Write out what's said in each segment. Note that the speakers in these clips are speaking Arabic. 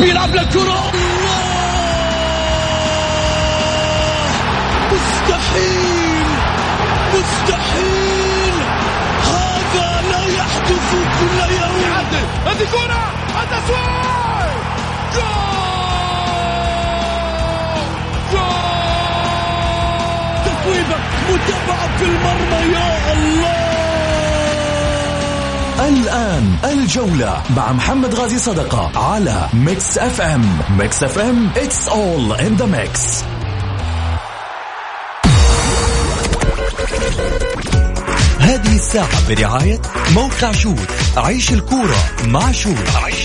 بيلعب للكرة، مستحيل مستحيل، هذا لا يحدث كل يوم. هذه كرة التسويق، جول تسويبة متابعة في المرمى، يا الله. الآن الجولة مع محمد غازي صدقة على ميكس اف ام. ميكس اف ام it's all in the mix. هذه الساعة برعاية موقع شوت. عيش الكورة مع شوت.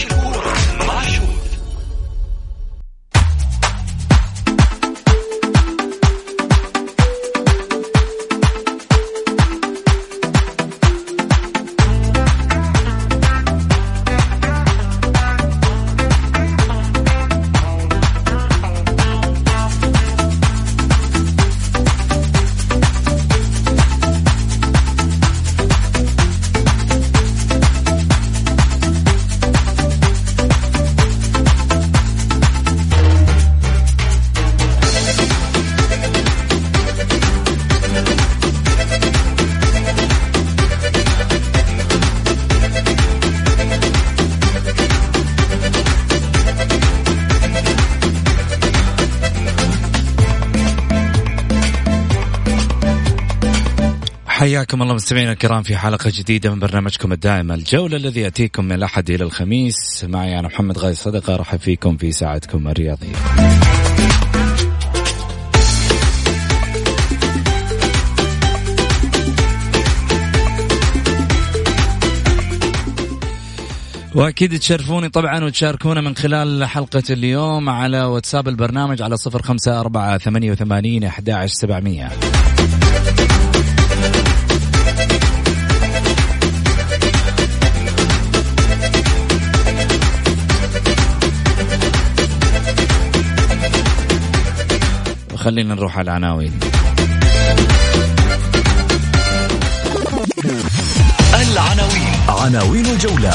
حياكم الله مستمعينا الكرام في حلقة جديدة من برنامجكم الدائم الجولة، الذي يأتيكم من الأحد إلى الخميس. معي أنا محمد غازي صدقة، رحب فيكم في ساعتكم الرياضية. وأكيد تشرفوني طبعا وتشاركونا من خلال حلقة اليوم على واتساب البرنامج على 0548811700. خلينا نروح على العناوين. عناوين الجولة.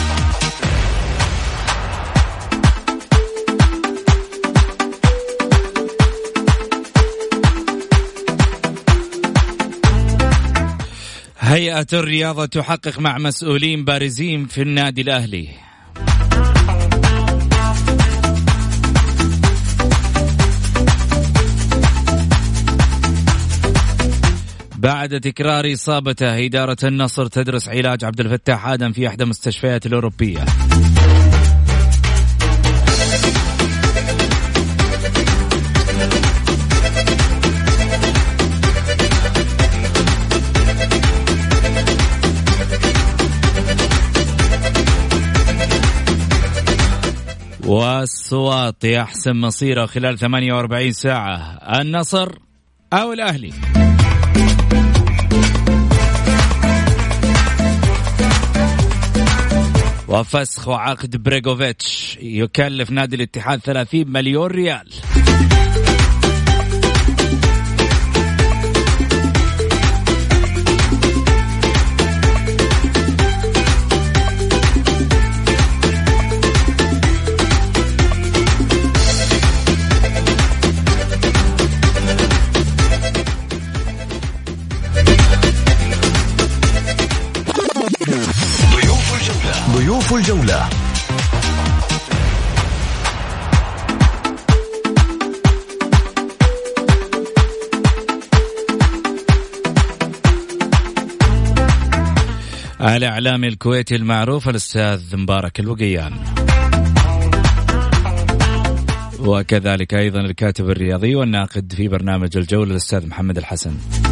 هيئة الرياضة تحقق مع مسؤولين بارزين في النادي الأهلي. بعد تكرار إصابته، إدارة النصر تدرس علاج عبد الفتاح آدم في إحدى المستشفيات الأوروبية. والسواط يحسم مصيره خلال 48 ساعة، النصر أو الأهلي. وفسخ وعقد بريغوفيتش يكلف نادي الاتحاد 30 مليون ريال. ضيوف الجولة. الإعلامي الكويتي المعروف الأستاذ مبارك الوقيان، وكذلك أيضا الكاتب الرياضي والناقد في برنامج الجولة الأستاذ محمد الحسن.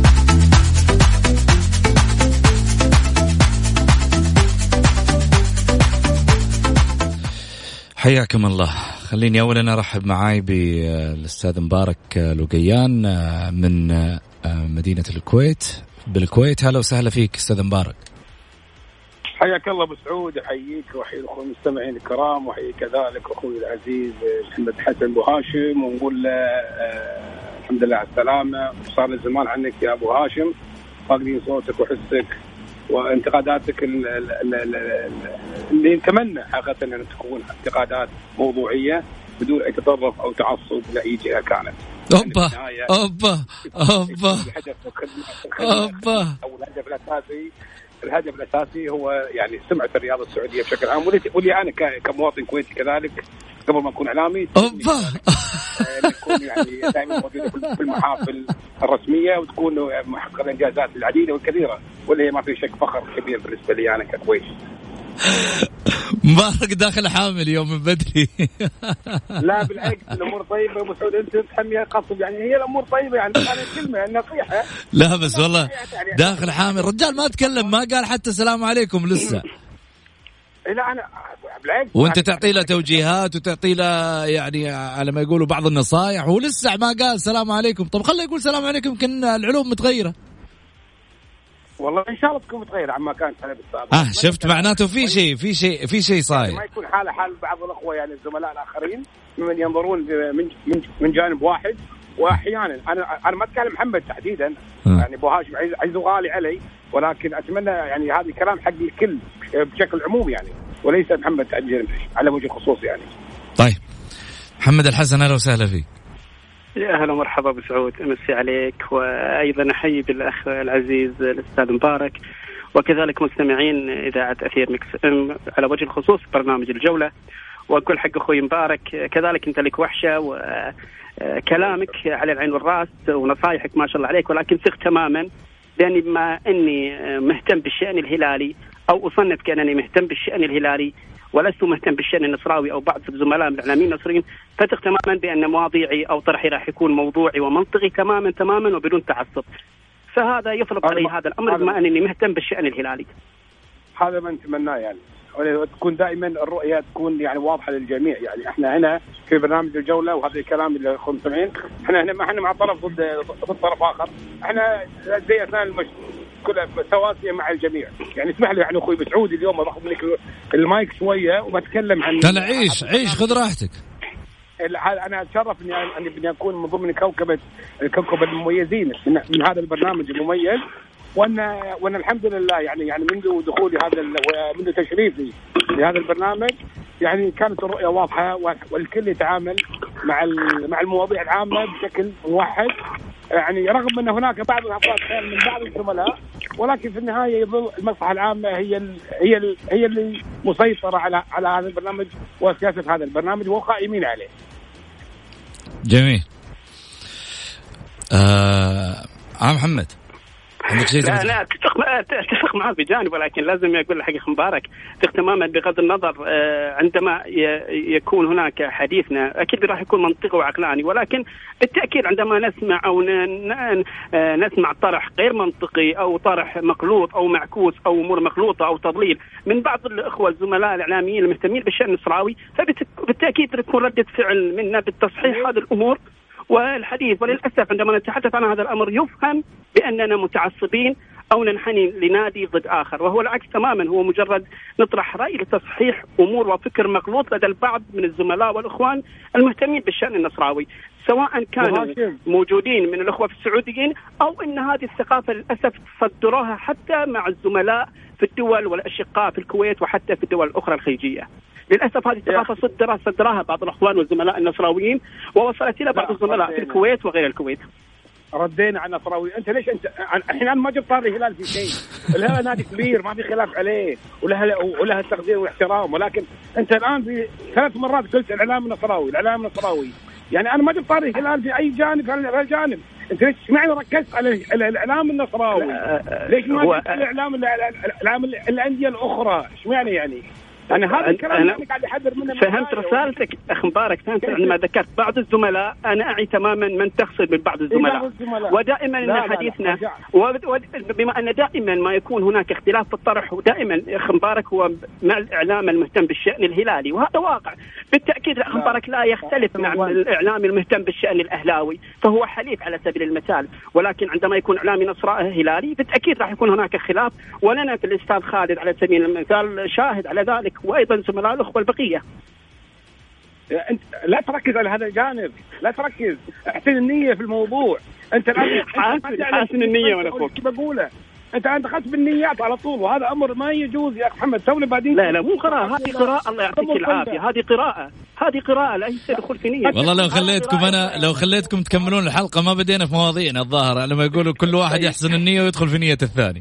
حياكم الله. خليني أولا أرحب معاي بالأستاذ مبارك الوقيان من مدينة الكويت بالكويت. هلا وسهلا فيك أستاذ مبارك. حياك الله أبو سعود، أحييك وأحيي الأخوة المستمعين الكرام، وأحيي كذلك أخوي العزيز محمد حسن أبو هاشم، ونقول له الحمد لله على السلامة. صار لي زمان عنك يا أبو هاشم، فاقدين صوتك وحسك وانتقاداتك اللي نتمنى حقيقة أن تكون انتقادات موضوعية بدون أي تطرف أو تعصب لأي جهة كانت. أوبا أو الهدف الأساسي هو يعني سمعة الرياضة السعودية بشكل عام، واللي أنا كمواطن كويتي كذلك قبل ما أكون إعلامي نكون يعني دائما موجودة في المحافل الرسمية وتكون محقق الإنجازات العديدة والكثيرة، واللي ما في شك فخر كبير بالنسبة لي أنا ككويتي. مبارك داخل حامل يوم من بدري. لا بالعكس الأمور طيبة أبو سعود، أنت تحميها قصب يعني هي الأمور طيبة يعني أنا كلمة النصيحة. لا بس والله داخل حامل رجال ما تكلم ما قال حتى السلام عليكم لسه. لا أنا بالعكس وأنت تعطي له توجيهات وتعطي له يعني على ما يقولوا بعض النصائح ولسه ما قال السلام عليكم. طب خليه يقول السلام عليكم يمكن العلوم متغيرة. والله إن شاء الله تكون متغيرة عما كانت على بالسابق. شفت معناته في شيء صاير. ما يكون حال بعض الأخوة يعني الزملاء الآخرين من ينظرون من جانب واحد، وأحيانا أنا ما أتكلم محمد تحديدا يعني أبو هاشم عزيز غالي علي، ولكن أتمنى يعني هذا الكلام حق الكل بشكل عموم يعني وليس محمد تحديدا على وجه الخصوص يعني. طيب محمد الحسن أهلا وسهلا فيك. يا أهلا مرحبا بسعود، أمسي عليك، وأيضا أحيي بالأخ العزيز الأستاذ مبارك وكذلك مستمعين إذاعة أثير ميكس ام على وجه الخصوص برنامج الجولة، وأقول حق أخوي مبارك كذلك أنت لك وحشة وكلامك على العين والرأس ونصايحك ما شاء الله عليك، ولكن ثق تماما لأني بما أني مهتم بالشأن الهلالي أو أصنف كأنني مهتم بالشأن الهلالي ولست مهتم بالشأن النصراوي أو بعض الزملاء من الإعلاميين النصريين، فتق تماما بأن مواضيعي أو طرحي راح يكون موضوعي ومنطقي تماما وبدون تعصب، فهذا يفرض علي هذا الأمر بما أنني مهتم بالشأن الهلالي. هذا ما نتمناه يعني تكون دائما الرؤية تكون يعني واضحة للجميع. يعني احنا هنا في برنامج الجولة وهذا الكلام اللي اخونا سمعين، احنا هنا ما احنا مع طرف ضد طرف آخر، احنا زي أثناء كلها سواسية مع الجميع. يعني اسمح لي يعني أخوي مسعود اليوم باخذ منك المايك شوية وبتكلم عن لا عيش خذ راحتك. أنا أتشرف إني أكون من ضمن الكوكب المميزين من هذا البرنامج المميز، وأن الحمد لله يعني منذ دخولي ومنذ تشريفي لهذا البرنامج يعني كانت الرؤية واضحة والكل يتعامل مع المواضيع العامة بشكل موحد. يعني رغم أن هناك بعض الأفراد خير من بعض الزملاء، ولكن في النهاية يظل المصلحة العامة هي اللي مسيطرة على هذا البرنامج وسياسة هذا البرنامج وقائمين عليه. جميل. محمد عندك شيء؟ لا اتفق معه بجانب، ولكن لازم يقول لحق مبارك تماما بغض النظر عندما يكون هناك حديثنا اكيد راح يكون منطقي وعقلاني، ولكن بالتاكيد عندما نسمع او نسمع طرح غير منطقي او طرح مخلوط او معكوس او امور مخلوطه او تضليل من بعض الاخوه الزملاء الاعلاميين المهتمين بالشان النصراوي، فبالتاكيد تكون رده فعل منا بالتصحيح هذه الامور والحديث. وللأسف عندما نتحدث عن هذا الأمر يفهم بأننا متعصبين أو ننحني لنادي ضد آخر، وهو العكس تماما، هو مجرد نطرح رأي لتصحيح أمور وفكر مغلوط لدى البعض من الزملاء والإخوان المهتمين بالشأن النصراوي، سواء كانوا موجودين من الأخوة في السعوديين أو أن هذه الثقافة للأسف صدروها حتى مع الزملاء في الدول والأشقاء في الكويت وحتى في الدول الأخرى الخليجية. للأسف هذه الثقافة صدرها بعض الأخوان والزملاء النصراويين ووصلت إلى بعض الزملاء في الكويت وغير الكويت. ردينا على النصراوي. أنت ليش الحين أنا ما جبت طاري الهلال في شيء، الهلال نادي كبير ما في خلاف عليه ولها تقدير واحترام، ولكن أنت الآن في 3 مرات قلت الإعلام النصراوي يعني أنا ما جبت طاري الهلال في أي جانب على الجانب. أنت ليش معنى ركزت على الإعلام النصراوي؟ ليش ما جبت الإعلام الأندية الأخرى؟ إيش معنى يعني؟ أنا هذا الكلام اللي قاعد يحذر منه. فهمت رسالتك أخ مبارك، فهمت عندما ذكرت بعض الزملاء، أنا أعي تماما من تقصد من بعض الزملاء، ودائما إن حديثنا بما أن دائما ما يكون هناك اختلاف في الطرح، ودائما أخ مبارك هو مع الإعلام المهتم بالشأن الهلالي، وهذا واقع بالتأكيد. أخ مبارك لا يختلف مع الإعلام المهتم بالشأن الأهلاوي، فهو حليف على سبيل المثال، ولكن عندما يكون إعلامي نصراوي هلالي بالتأكيد راح يكون هناك خلاف، ولنا في الأستاذ خالد على سبيل المثال شاهد على ذلك، وأيضا زملاء الأخوة البقية. أنت لا تركز على هذا الجانب، لا تركز، احسن النية في الموضوع. أنت الآن حاسن النية وأنا أقول كيف أقوله، انت اخذت بالنيات على طول، وهذا امر ما يجوز يا محمد. تولي بعدين لا مو قراءة، هذه قراءة. الله يعطيك العافية، هذه قراءة لا يدخل في نية. والله لو خليتكم تكملون الحلقة ما بدينا في مواضيعنا الظاهرة، لما يقولوا كل واحد يحسن النية ويدخل في نية الثاني.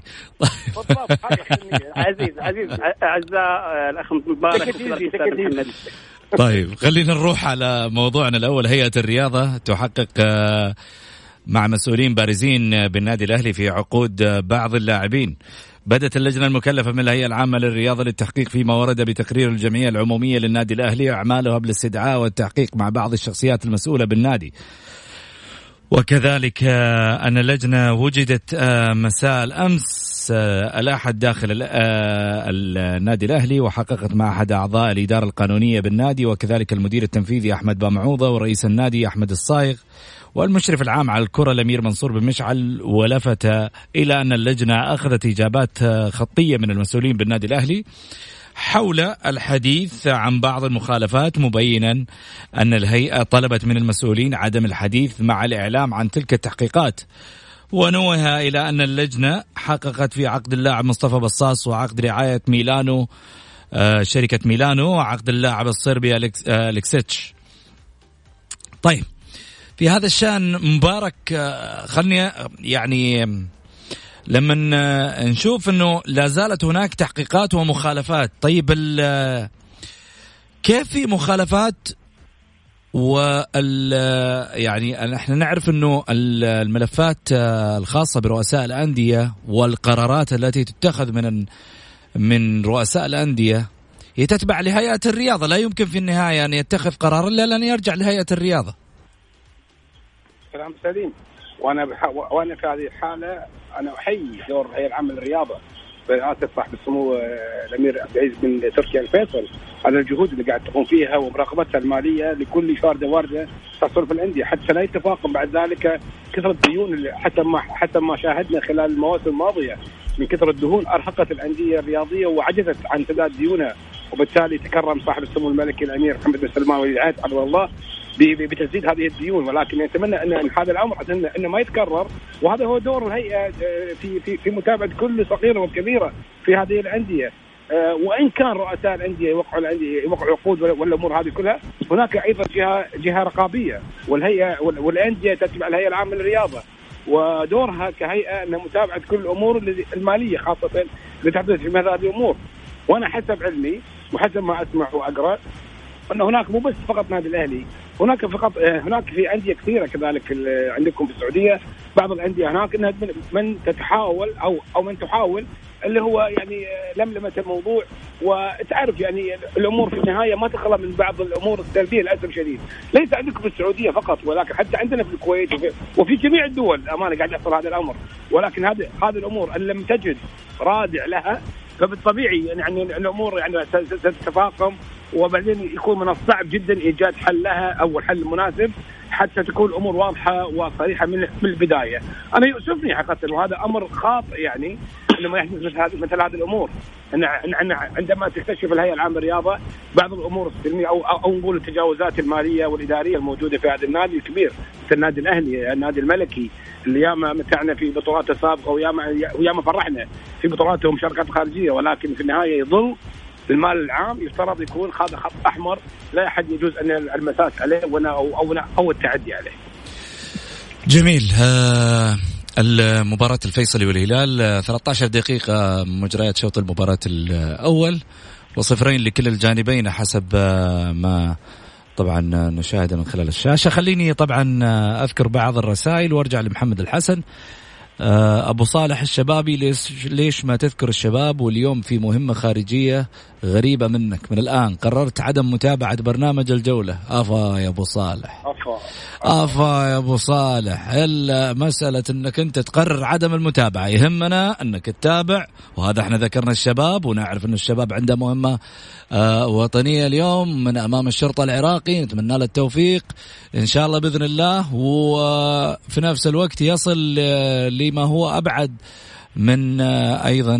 عزيز أعزاء الأخ مبارك. طيب خلينا نروح على موضوعنا الأول. هيئة الرياضة تحقق مع مسؤولين بارزين بالنادي الأهلي في عقود بعض اللاعبين. بدأت اللجنة المكلفة من الهيئة العامة للرياضة للتحقيق فيما ورد بتقرير الجمعية العمومية للنادي الأهلي أعمالها بالاستدعاء والتحقيق مع بعض الشخصيات المسؤولة بالنادي. وكذلك أن اللجنة وجدت مساء الأمس الأحد داخل النادي الأهلي، وحققت مع أحد أعضاء الإدارة القانونية بالنادي وكذلك المدير التنفيذي أحمد بامعوضة ورئيس النادي أحمد الصايغ والمشرف العام على الكرة الأمير منصور بن مشعل. ولفت إلى أن اللجنة أخذت إجابات خطية من المسؤولين بالنادي الأهلي حول الحديث عن بعض المخالفات، مبينا أن الهيئة طلبت من المسؤولين عدم الحديث مع الإعلام عن تلك التحقيقات. ونوه إلى أن اللجنة حققت في عقد اللاعب مصطفى بصاص وعقد رعاية ميلانو شركة ميلانو وعقد اللاعب الصربي أليكسيتش. طيب في هذا الشأن مبارك، خلني يعني لما نشوف أنه لا زالت هناك تحقيقات ومخالفات، طيب كيف في مخالفات يعني احنا نعرف أنه الملفات الخاصة برؤساء الأندية والقرارات التي تتخذ من رؤساء الأندية هي تتبع لهيئة الرياضة، لا يمكن في النهاية أن يتخذ قرار إلا لن يرجع لهيئة الرياضة. كلام سليم، وانا في هذه الحاله انا احيي دور الهيئه العامه للرياضه برئاسه صاحب السمو الامير عبد العزيز بن تركي الفيصل على الجهود اللي قاعد تقوم فيها ومراقبتها الماليه لكل شارده وارده تصل في الانديه، حتى لا يتفاقم بعد ذلك كثره الديون اللي حتى ما شاهدنا خلال المواسم الماضيه من كثره الدهون ارهقت الانديه الرياضيه وعجزت عن سداد ديونها، وبالتالي تكرم صاحب السمو الملكي الامير محمد بن سلمان ولي العهد حفظه الله بتسديد هذه الديون. ولكن نتمنى ان هذا الامر انه ما يتكرر، وهذا هو دور الهيئه في متابعه كل صغيره وكبيره في هذه الانديه. وان كان رؤساء الانديه يوقعوا عقود والامور هذه كلها، هناك ايضا جهه رقابيه، والهيئه والانديه تتبع الهيئه العامه للرياضه، ودورها كهيئه ان متابعه كل الامور الماليه خاصه اللي تحدث في هذه الامور. وانا حسب علمي وحسب ما اسمع واقرا أن هناك مو بس فقط نادي الأهلي، هناك في أندية كثيرة كذلك عندكم في السعودية، بعض الأندية هناك أنها من تتحاول أو من تحاول اللي هو يعني لملمة الموضوع. وتعرف يعني الأمور في النهاية ما تخلى من بعض الأمور السلبية للأسف الشديد، ليس عندكم في السعودية فقط ولكن حتى عندنا في الكويت وفي جميع الدول أمانة قاعد يحصل هذا الأمر. ولكن هذه الأمور أن لم تجد رادع لها فبالطبيعي يعني الأمور يعني ستتفاقم، وبعدين يكون من الصعب جدا إيجاد حل لها أو الحل المناسب حتى تكون الأمور واضحة وصريحة من البداية. أنا يؤسفني حقيقة وهذا أمر خاطئ يعني لما يحدث مثل هذه الأمور، أن عندما تكتشف الهيئة العامة للرياضة بعض الأمور السلمية أو نقول التجاوزات المالية والإدارية الموجودة في هذا النادي الكبير مثل النادي الأهلي النادي الملكي اللي ياما متعنا في بطولات السابقة وياما فرحنا في بطولاتهم مشاركات خارجية، ولكن في النهاية يظل المال العام يفترض يكون هذا خط أحمر لا أحد يجوز أن المساس عليه أو التعدي عليه. جميل. المباراة الفيصلي والهلال 13 دقيقة مجريات شوط المباراة الأول وصفرين لكل الجانبين حسب ما طبعا نشاهد من خلال الشاشة. خليني طبعا أذكر بعض الرسائل وارجع لمحمد الحسن. أبو صالح الشبابي، ليش ما تذكر الشباب واليوم في مهمة خارجية غريبة منك؟ من الآن قررت عدم متابعة برنامج الجولة. أفا يا أبو صالح، أفا يا أبو صالح، إلا مسألة أنك أنت تقرر عدم المتابعة، يهمنا أنك تتابع. وهذا احنا ذكرنا الشباب ونعرف أن الشباب عنده مهمة وطنية اليوم من أمام الشرطة العراقي، نتمنى له التوفيق إن شاء الله بإذن الله، وفي نفس الوقت يصل لما هو أبعد من أيضا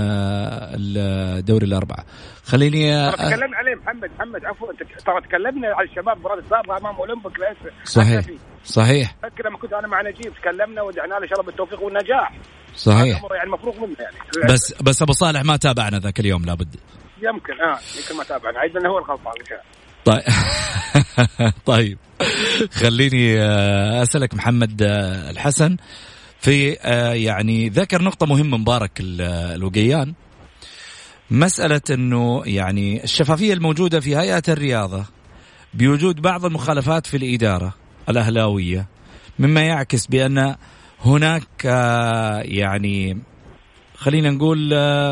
الدوري الأربعة. خليني تكلمنا عليه محمد عفوا، ترى تكلمنا على الشباب المباراة السابقة أمام أولمبيك. صحيح. فكر لما كنت أنا مع نجيب تكلمنا ودعنا له إن شاء الله بالتوفيق والنجاح صحيح. يعني مفروغ منه يعني. بس ابو صالح ما تابعنا ذاك اليوم لابد. يمكن ما تابعنا، عايزنا هو الغلطان ان شاء الله. طيب طيب خليني اسالك محمد الحسن في يعني ذكر نقطة مهمة مبارك الوقيان، مسألة انه يعني الشفافية الموجودة في هيئة الرياضة بوجود بعض المخالفات في الإدارة الأهلاوية، مما يعكس بأن هناك يعني خلينا نقول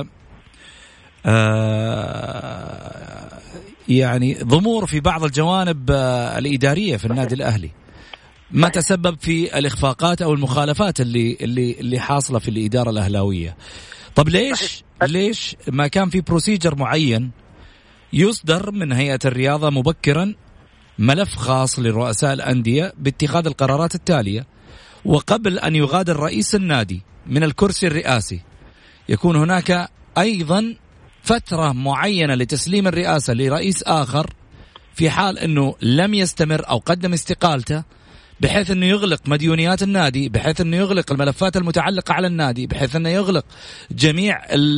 يعني ضمور في بعض الجوانب الإدارية في النادي الأهلي، ما تسبب في الإخفاقات أو المخالفات اللي حاصلة في الإدارة الأهلاوية. طب ليش ما كان في بروسيجر معين يصدر من هيئة الرياضة مبكرا ملف خاص لرؤساء الأندية باتخاذ القرارات التالية، وقبل أن يغادر رئيس النادي من الكرسي الرئاسي يكون هناك أيضا فترة معينة لتسليم الرئاسة لرئيس آخر في حال أنه لم يستمر أو قدم استقالته، بحيث أنه يغلق مديونيات النادي، بحيث أنه يغلق الملفات المتعلقة على النادي، بحيث أنه يغلق جميع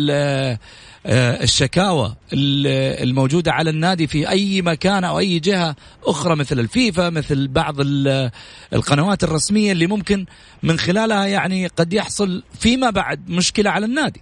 الشكاوى الموجودة على النادي في أي مكان أو أي جهة أخرى مثل الفيفا، مثل بعض القنوات الرسمية اللي ممكن من خلالها يعني قد يحصل فيما بعد مشكلة على النادي.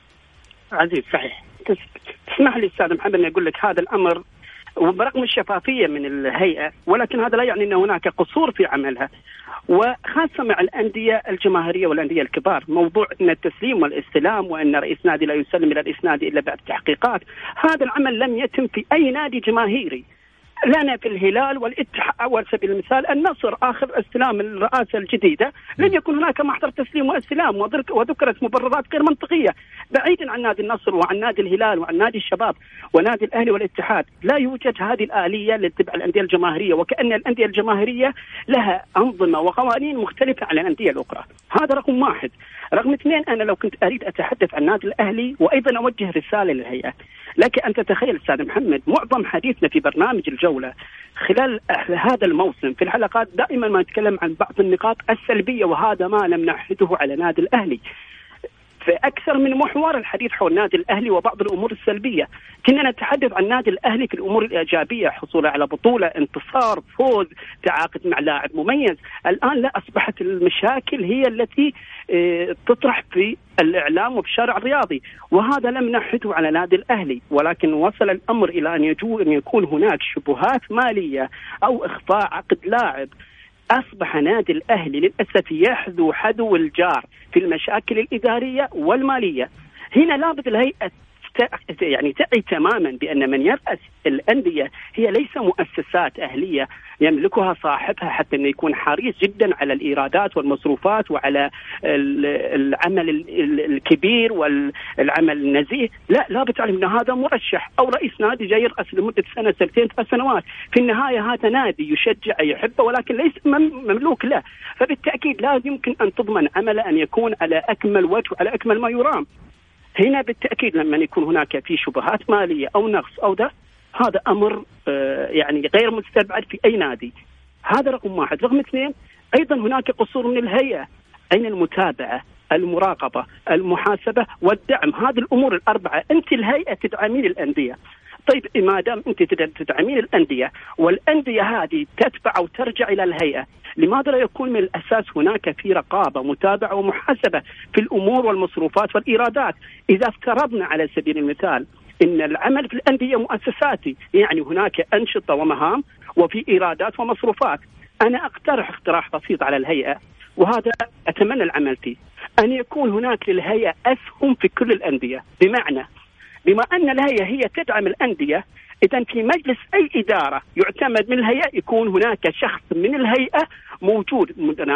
عزيز صحيح. تسمح لي أستاذ محمد أن أقول لك هذا الأمر وبرغم الشفافية من الهيئة، ولكن هذا لا يعني أن هناك قصور في عملها، وخاصة مع الأندية الجماهيرية والأندية الكبار. موضوع أن التسليم والاستلام وأن رئيس نادي لا يسلم إلى رئيس نادي إلا بعد تحقيقات، هذا العمل لم يتم في أي نادي جماهيري لنا في الهلال والاتحاد. على سبيل المثال النصر آخر استلام الرئاسة الجديدة لم يكن هناك محضر تسليم واستلام، وذكرت مبررات غير منطقية. بعيدا عن نادي النصر وعن نادي الهلال وعن نادي الشباب ونادي الأهلي والاتحاد لا يوجد هذه الآلية لاتباع الأندية الجماهيرية، وكأن الأندية الجماهيرية لها أنظمة وقوانين مختلفة عن الأندية الأخرى. هذا رقم واحد. رقم اثنين، أنا لو كنت أريد أتحدث عن نادي الأهلي وأيضا أوجه رسالة للهيئة، لك أن تتخيل أستاذ محمد معظم حديثنا في برنامج الجولة خلال هذا الموسم في الحلقات دائما ما نتكلم عن بعض النقاط السلبية، وهذا ما لم نحده على نادي الأهلي. في أكثر من محور الحديث حول النادي الأهلي وبعض الأمور السلبية، كنا نتحدث عن النادي الأهلي في الأمور الإيجابية، حصوله على بطولة، انتصار، فوز، تعاقد مع لاعب مميز. الآن لا، أصبحت المشاكل هي التي تطرح في الإعلام وبالشارع الرياضي، وهذا لم نحده على نادي الأهلي. ولكن وصل الأمر إلى أن يكون هناك شبهات مالية أو إخفاء عقد لاعب. أصبح نادي الأهلي للأسف يحذو حذو الجار في المشاكل الإدارية والمالية. هنا لابد الهيئة يعني تعي تماما بأن من يرأس الأندية هي ليس مؤسسات أهلية يملكها صاحبها حتى أنه يكون حريص جدا على الإيرادات والمصروفات وعلى العمل الكبير والعمل النزيه. لا بتعلم أن هذا مرشح أو رئيس نادي جاي يرأس لمدة سنة سنتين 3 سنوات، في النهاية هذا نادي يشجع يحبه ولكن ليس مملوك له، فبالتأكيد لا يمكن أن تضمن عمله أن يكون على أكمل وجه وعلى أكمل ما يرام. هنا بالتأكيد لما يكون هناك في شبهات مالية أو نقص أو ده، هذا أمر يعني غير مستبعد في أي نادي. هذا رقم واحد. رقم اثنين، أيضا هناك قصور من الهيئة. أين المتابعة، المراقبة، المحاسبة والدعم؟ هذه الأمور الأربعة أنت الهيئة تدعمين الأندية. طيب ما دام أنت تدعمين الأندية والأندية هذه تتبع وترجع إلى الهيئة، لماذا لا يكون من الأساس هناك في رقابة متابعة ومحاسبة في الأمور والمصروفات والإيرادات؟ إذا افترضنا على سبيل المثال إن العمل في الأندية مؤسساتي، يعني هناك أنشطة ومهام وفي إيرادات ومصروفات، أنا أقترح اقتراح بسيط على الهيئة، وهذا أتمنى العمل فيه، أن يكون هناك للهيئة أسهم في كل الأندية. بمعنى بما أن الهيئة هي تدعم الأندية، إذن في مجلس أي إدارة يعتمد من الهيئة يكون هناك شخص من الهيئة موجود،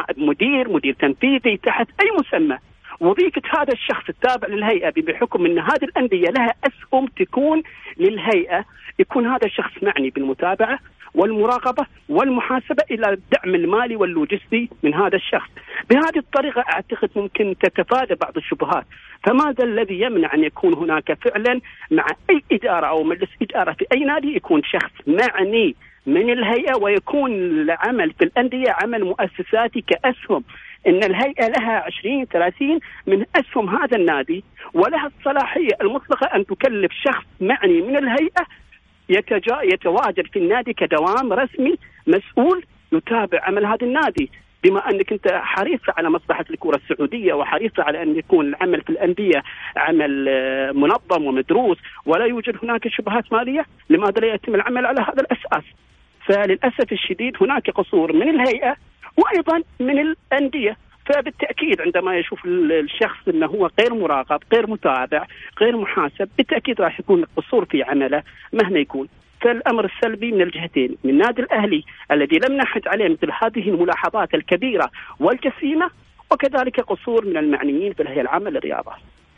مدير تنفيذي تحت أي مسمى، وظيفة هذا الشخص التابع للهيئة بحكم أن هذه الأندية لها أسهم تكون للهيئة، يكون هذا الشخص معني بالمتابعة والمراقبة والمحاسبة إلى الدعم المالي واللوجستي من هذا الشخص. بهذه الطريقة أعتقد ممكن تتفادى بعض الشبهات. فماذا الذي يمنع أن يكون هناك فعلا مع أي إدارة أو مجلس إدارة في أي نادي يكون شخص معني من الهيئة، ويكون العمل في الأندية عمل مؤسساتي كأسهم، أن الهيئة لها 20-30 من أسهم هذا النادي، ولها الصلاحية المطلقة أن تكلف شخص معني من الهيئة يتواجد في النادي كدوام رسمي مسؤول يتابع عمل هذا النادي. بما أنك أنت حريص على مصلحة الكرة السعودية وحريص على أن يكون العمل في الأندية عمل منظم ومدروس ولا يوجد هناك شبهات مالية، لماذا لا يتم العمل على هذا الأساس؟ فللأسف الشديد هناك قصور من الهيئة وأيضا من الأندية. فبالتأكيد عندما يشوف الشخص أنه هو غير مراقب غير متابع غير محاسب، بالتأكيد راح يكون قصور في عمله مهما يكون. فالأمر السلبي من الجهتين، من النادي الأهلي الذي لم نحد عليه مثل هذه الملاحظات الكبيرة والجسيمة، وكذلك قصور من المعنيين في الهيئة العامة للرياضة.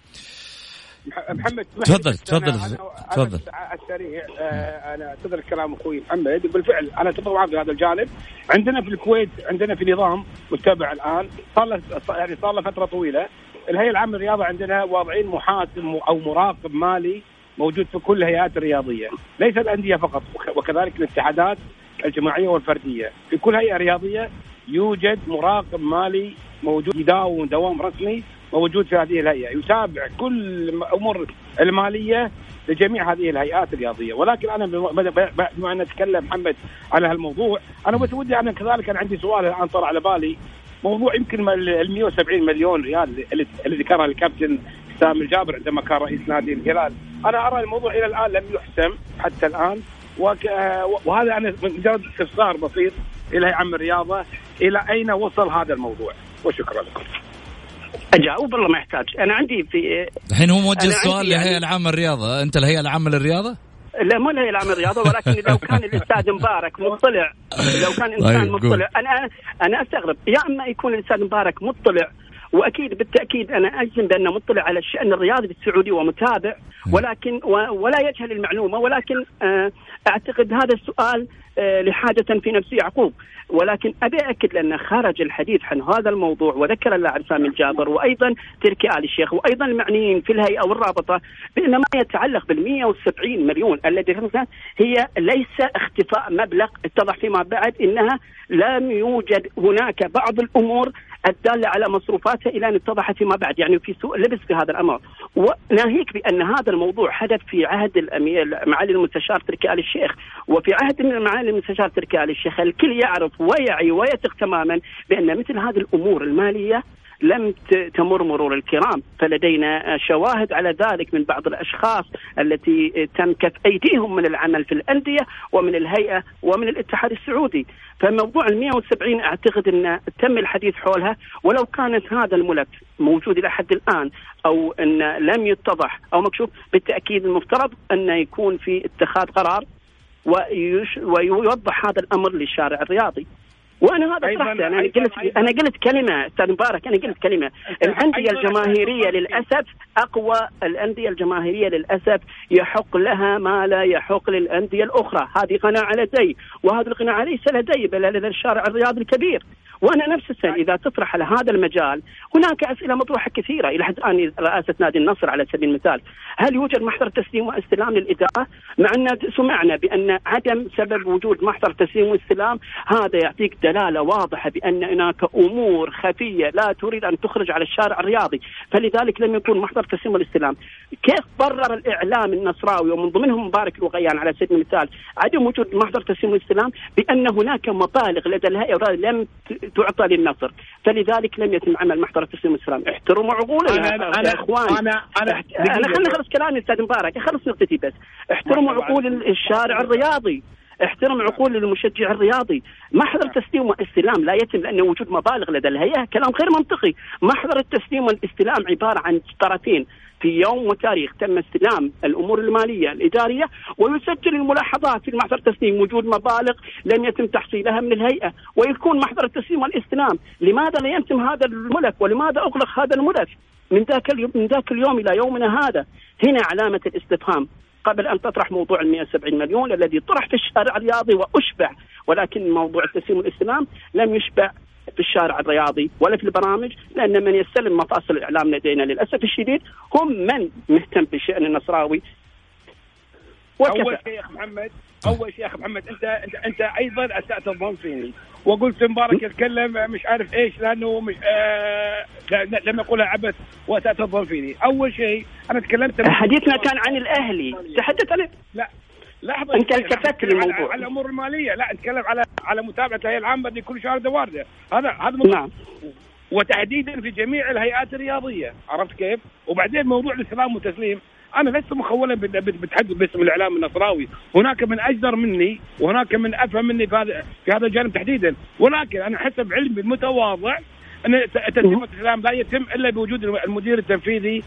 محمد تفضل. السريع انا تدرك كلام اخوي محمد، بالفعل انا اتفق معه في هذا الجانب. عندنا في الكويت عندنا في نظام متبع الان صار له فتره طويله. الهيئه العامه للرياضه عندنا واضعين محاسب او مراقب مالي موجود في كل الهيئات الرياضيه، ليس الانديه فقط، وكذلك الاتحادات الجماعيه والفرديه. في كل هيئه رياضيه يوجد مراقب مالي موجود يداوم دوام رسمي موجود في هذه الهيئة، يتابع كل الأمور المالية لجميع هذه الهيئات الرياضية. ولكن أنا بما أن نتكلم محمد على هالموضوع، أنا بس ودي أنا كذلك أنا عندي سؤال الآن طرأ على بالي، موضوع يمكن 170 مليون ريال اللي ذكرها الكابتن سامي الجابر عندما كان رئيس نادي الهلال. أنا أرى الموضوع إلى الآن لم يحسم حتى الآن، وهذا أنا مجرد استفسار بسيط إلى عم الرياضة، إلى أين وصل هذا الموضوع؟ وشكرا لكم. أجاوب والله ما يحتاج. أنا عندي في الحين هو موجه السؤال للهيئة العامة للرياضة، أنت الهيئة العامة للرياضة؟ لا مو الهيئة العامة للرياضة، ولكن لو كان الأستاذ مبارك مطلع، لو كان إنسان مطلع، أنا أستغرب يا أما يكون الأستاذ مبارك مطلع، وأكيد بالتأكيد أنا أجزم بأنه مطلع على الشأن الرياضي السعودي ومتابع، ولكن ولا يجهل المعلومة، ولكن أعتقد هذا السؤال لحاجة في نفسي يعقوب. ولكن أبي أكد لأن خرج الحديث عن هذا الموضوع وذكر اللاعب سامي الجابر وأيضا تركي آل الشيخ وأيضا المعنيين في الهيئة والرابطة بأن ما يتعلق بال170 مليون الذي هي ليس اختفاء مبلغ، اتضح فيما بعد إنها لم يوجد هناك بعض الأمور الدالة على مصروفاتها إلى أن اتضحت فيما بعد، يعني في سوء لبس في هذا الأمر. وناهيك بأن هذا الموضوع حدث في عهد معالي المستشار تركي آل الشيخ، وفي عهد معالي المستشار تركي آل الشيخ الكل يعرف ويعي ويثق تماما بأن مثل هذه الأمور المالية لم تمر مرور الكرام. فلدينا شواهد على ذلك من بعض الأشخاص التي تنكت أيديهم من العمل في الأندية ومن الهيئة ومن الاتحاد السعودي. فموضوع 170 أعتقد أن تم الحديث حولها، ولو كانت هذا الملف موجود إلى حد الآن أو أن لم يتضح أو مكشوف، بالتأكيد المفترض أن يكون في اتخاذ قرار ويوضح هذا الأمر للشارع الرياضي. وانا هذا صراحه انا قلت كلمه استاذ مبارك، انا قلت كلمه الانديه الجماهيريه للاسف اقوى، الانديه الجماهيريه للاسف يحق لها ما لا يحق للانديه الاخرى. هذه قناعه لدي، وهذه القناعه ليس لدي بل لدى الشارع الرياضي الكبير. وانا نفس السنة اذا تطرح على هذا المجال هناك اسئله مطروحه كثيره. الى حد الان رئاسه نادي النصر على سبيل المثال، هل يوجد محضر تسليم واستلام للاداره؟ مع ان سمعنا بان عدم سبب وجود محضر تسليم واستلام هذا يعطيك دلاله واضحه بان هناك امور خفيه لا تريد ان تخرج على الشارع الرياضي، فلذلك لم يكن محضر تسليم والاستلام. كيف برر الاعلام النصراوي ومن ضمنهم مبارك الوغيان على سبيل المثال عدم وجود محضر تسليم والاستلام بان هناك مبالغ لدى الهيئه لم تعطى للنصر، فلذلك لم يتم عمل محضر التسليم والسلام. احترموا عقولنا يا اخوان. انا خليني اخلص كلامي استاذ مبارك، اخلص نقطتي بس. احترموا عقول الشارع الرياضي، احترم عقول المشجع الرياضي. محضر التسليم والاستلام لا يتم لأن وجود مبالغ لدى الهيئة، كلام غير منطقي. محضر التسليم والاستلام عبارة عن طرفين، في يوم وتاريخ تم استلام الأمور المالية الإدارية ويسجل الملاحظات في محضر التسليم وجود مبالغ لم يتم تحصيلها من الهيئة، ويكون محضر التسليم والاستلام. لماذا لا يتم هذا الملف ولماذا أغلق هذا الملف من ذاك اليوم إلى يومنا هذا؟ هنا علامة الاستفهام قبل أن تطرح موضوع 170 مليون الذي طرح في الشارع الرياضي وأشبع، ولكن موضوع التسليم والاستلام لم يشبع في الشارع الرياضي ولا في البرامج، لأن من يستلم مفاصل الإعلام لدينا للأسف الشديد هم من مهتم بالشأن النصراوي. أول شيء يا أخ محمد أنت أيضا أسأت الظن فيني وقلت مبارك يتكلم مش عارف إيش لأنه مش لم يقولها عبث وأسأت الظن فيني. أول شيء أنا تكلمت حديثنا كان عن الأهلي تحدث عليه. لا لحظة أنت التفت للموضوع على الأمور المالية. لا نتكلم على متابعة الهيئة العامة لكل شهادة واردة. هذا نعم. وتحديدا في جميع الهيئات الرياضية. عرفت كيف؟ وبعدين موضوع الاستلام والتسليم أنا لست مخولا بتحدث باسم الإعلام النصراوي. هناك من أجدر مني وهناك من أفهم مني في هذا الجانب تحديدا. ولكن أنا حسب علمي المتواضع أن تسليم الاستلام لا يتم إلا بوجود المدير التنفيذي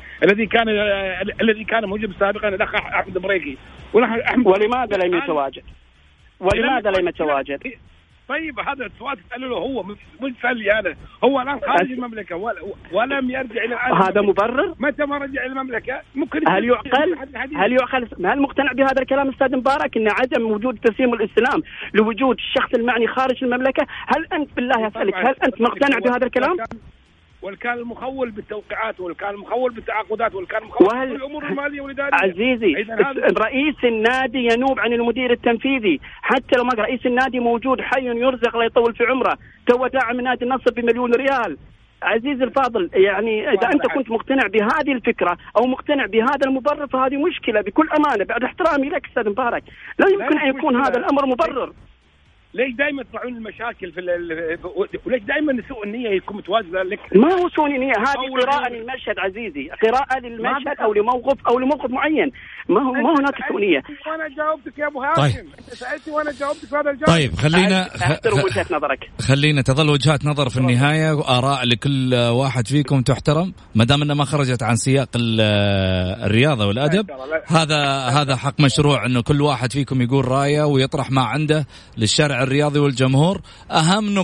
الذي كان موجود سابقا الأخ أحمد بريكي. ولماذا لم يتواجد؟ لم يتواجد؟ طيب هذا السؤال تسأله له هو مش سألي أنا. هو الآن خارج المملكة ولم يرجع إلى الآن. هذا مبرر؟ متى ما رجع إلى المملكة ممكن هل يعقل هل مقتنع بهذا الكلام أستاذ مبارك أن عدم وجود تسليم الاستلام لوجود الشخص المعني خارج المملكة؟ هل أنت بالله أسألك هل أنت مقتنع بهذا الكلام؟ والكان المخول بالتوقيعات والكان المخول بالتعاقدات والكان المخول بالأمور المالية والإدارية. عزيزي رئيس النادي ينوب عن المدير التنفيذي. حتى لو ما رئيس النادي موجود حي يرزق لا يطول في عمره. تو داعم نادي النصر ب1,000,000 ريال. عزيزي الفاضل يعني إذا أنت كنت مقتنع بهذه الفكرة أو مقتنع بهذا المبرر فهذه مشكلة بكل أمانة. بعد احترامي لك أستاذ مبارك لا يمكن أن يكون هذا الأمر مبرر. ليش دائما يطلعون المشاكل وليش دائما سوء النية يكون متواجد لك؟ ما هو سوء النية، هذه قراءة للمشهد عزيزي، قراءة للمشهد أو لموقف معين. ما هناك سوء نية. وأنا جاوبتك يا أبو هاشم. طيب. أنت سألتني وأنا جاوبتك في هذا الجانب. طيب خلينا أحترم وجهة نظرك. خلينا تظل وجهات نظر في النهاية وآراء لكل واحد فيكم تحترم ما دام أنها ما خرجت عن سياق الرياضة والأدب. هذا حق مشروع إنه كل واحد فيكم يقول رأيه ويطرح ما عنده للشارع الرياضي والجمهور. أهم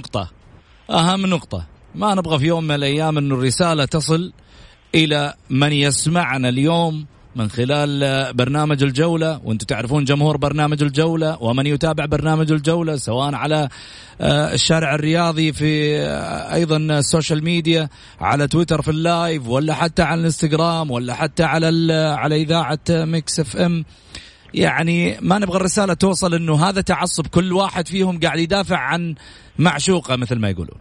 نقطة ما نبغى في يوم من الأيام إنه الرسالة تصل إلى من يسمعنا اليوم من خلال برنامج الجولة، وانتم تعرفون جمهور برنامج الجولة ومن يتابع برنامج الجولة سواء على الشارع الرياضي في أيضا السوشيال ميديا على تويتر في اللايف ولا حتى على الانستغرام ولا حتى على إذاعة ميكس اف ام. يعني ما نبغى الرسالة توصل إنه هذا تعصب كل واحد فيهم قاعد يدافع عن معشوقة مثل ما يقولون.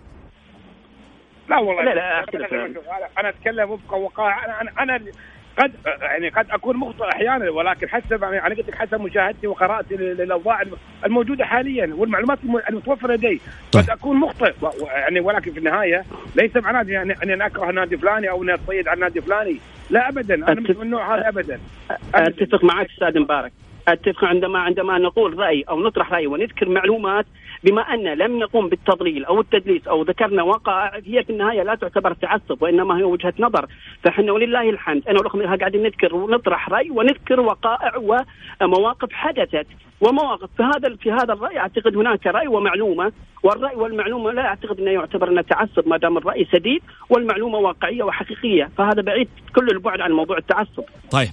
لا والله لا أنا أتكلم وفق وقائع. أنا قد أكون مخطئ أحيانا ولكن حسب يعني قلت لك حسب مشاهدتي وقراءتي للأوضاع الموجودة حاليا والمعلومات المتوفرة لدي قد أكون مخطئ يعني، ولكن في النهاية ليس معناته يعني أن أكره نادي فلاني أو أن أتصيد على نادي فلاني. لا أبدا، أنا مش من النوع هذا أبدا. أتفق معك أستاذ مبارك. أتفق عندما نقول رأي أو نطرح رأي ونذكر معلومات بما أن لم نقوم بالتضليل أو التدليس أو ذكرنا وقائع هي في النهاية لا تعتبر تعصب وإنما هي وجهة نظر. فإحنا ولله الحمد أنا ولكم قاعدين نذكر ونطرح رأي ونذكر وقائع ومواقف حدثت ومواقف في هذا الرأي. أعتقد هناك رأي ومعلومة، والرأي والمعلومة لا أعتقد أنه يعتبر أنه تعصب ما دام الرأي سديد والمعلومة واقعية وحقيقية، فهذا بعيد كل البعد عن موضوع التعصب. طيب